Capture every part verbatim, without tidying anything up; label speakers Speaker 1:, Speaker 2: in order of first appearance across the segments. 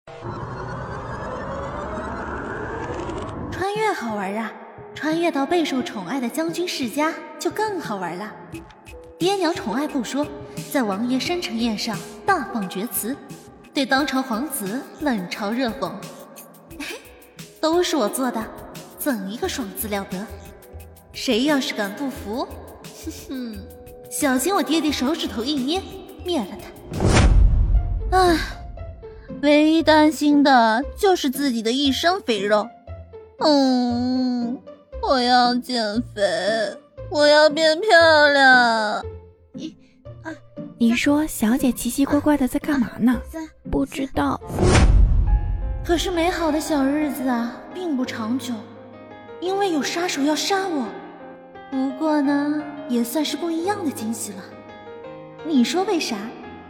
Speaker 1: 穿越好玩啊，穿越到备受宠爱的将军世家就更好玩了。爹娘宠爱不说，在王爷生辰宴上大放厥词，对当朝皇子冷嘲热讽。嘿，都是我做的，怎一个爽字了得！谁要是敢不服，哼哼，小心我爹爹手指头一捏，灭了他。唉，唯一担心的就是自己的一身肥肉。嗯，我要减肥，我要变漂亮。
Speaker 2: 一、二，你说小姐奇奇怪怪的在干嘛呢？不知道。
Speaker 1: 可是美好的小日子啊，并不长久，因为有杀手要杀我。不过呢，也算是不一样的惊喜了。你说为啥？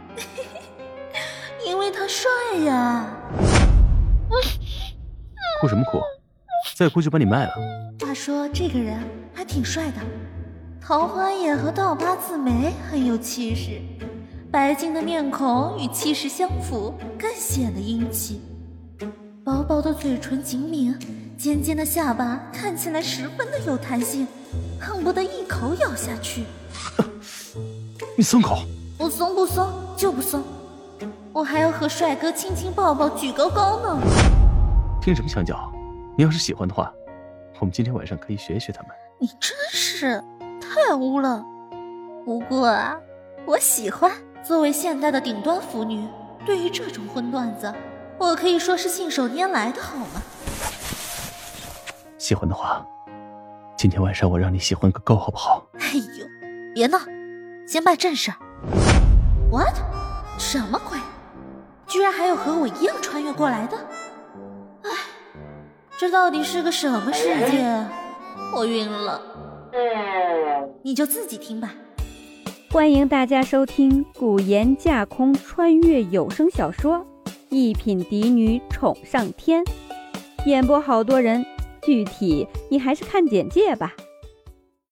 Speaker 1: 因为他帅呀。
Speaker 3: 哭什么哭？再哭就把你卖了。
Speaker 1: 话说这个人还挺帅的，桃花眼和倒八字眉很有气势，白净的面孔与气势相符，更显得英气。薄薄的嘴唇紧抿，尖尖的下巴看起来十分的有弹性，恨不得一口咬下去。
Speaker 3: 你松口！
Speaker 1: 不松不松就不松，我还要和帅哥亲亲抱抱举高高呢。
Speaker 3: 听什么墙角？你要是喜欢的话，我们今天晚上可以学一学他们。
Speaker 1: 你真是太污了。不过啊，我喜欢。作为现代的顶端腐女，对于这种荤段子，我可以说是信手拈来的好吗？
Speaker 3: 喜欢的话，今天晚上我让你喜欢个够好不好？
Speaker 1: 哎呦，别闹，先办正事儿。What？ 什么鬼？居然还有和我一样穿越过来的？哎，这到底是个什么世界啊？我晕了。你就自己听吧。
Speaker 4: 欢迎大家收听古言架空穿越有声小说《一品嫡女宠上天》，演播好多人，具体你还是看简介吧。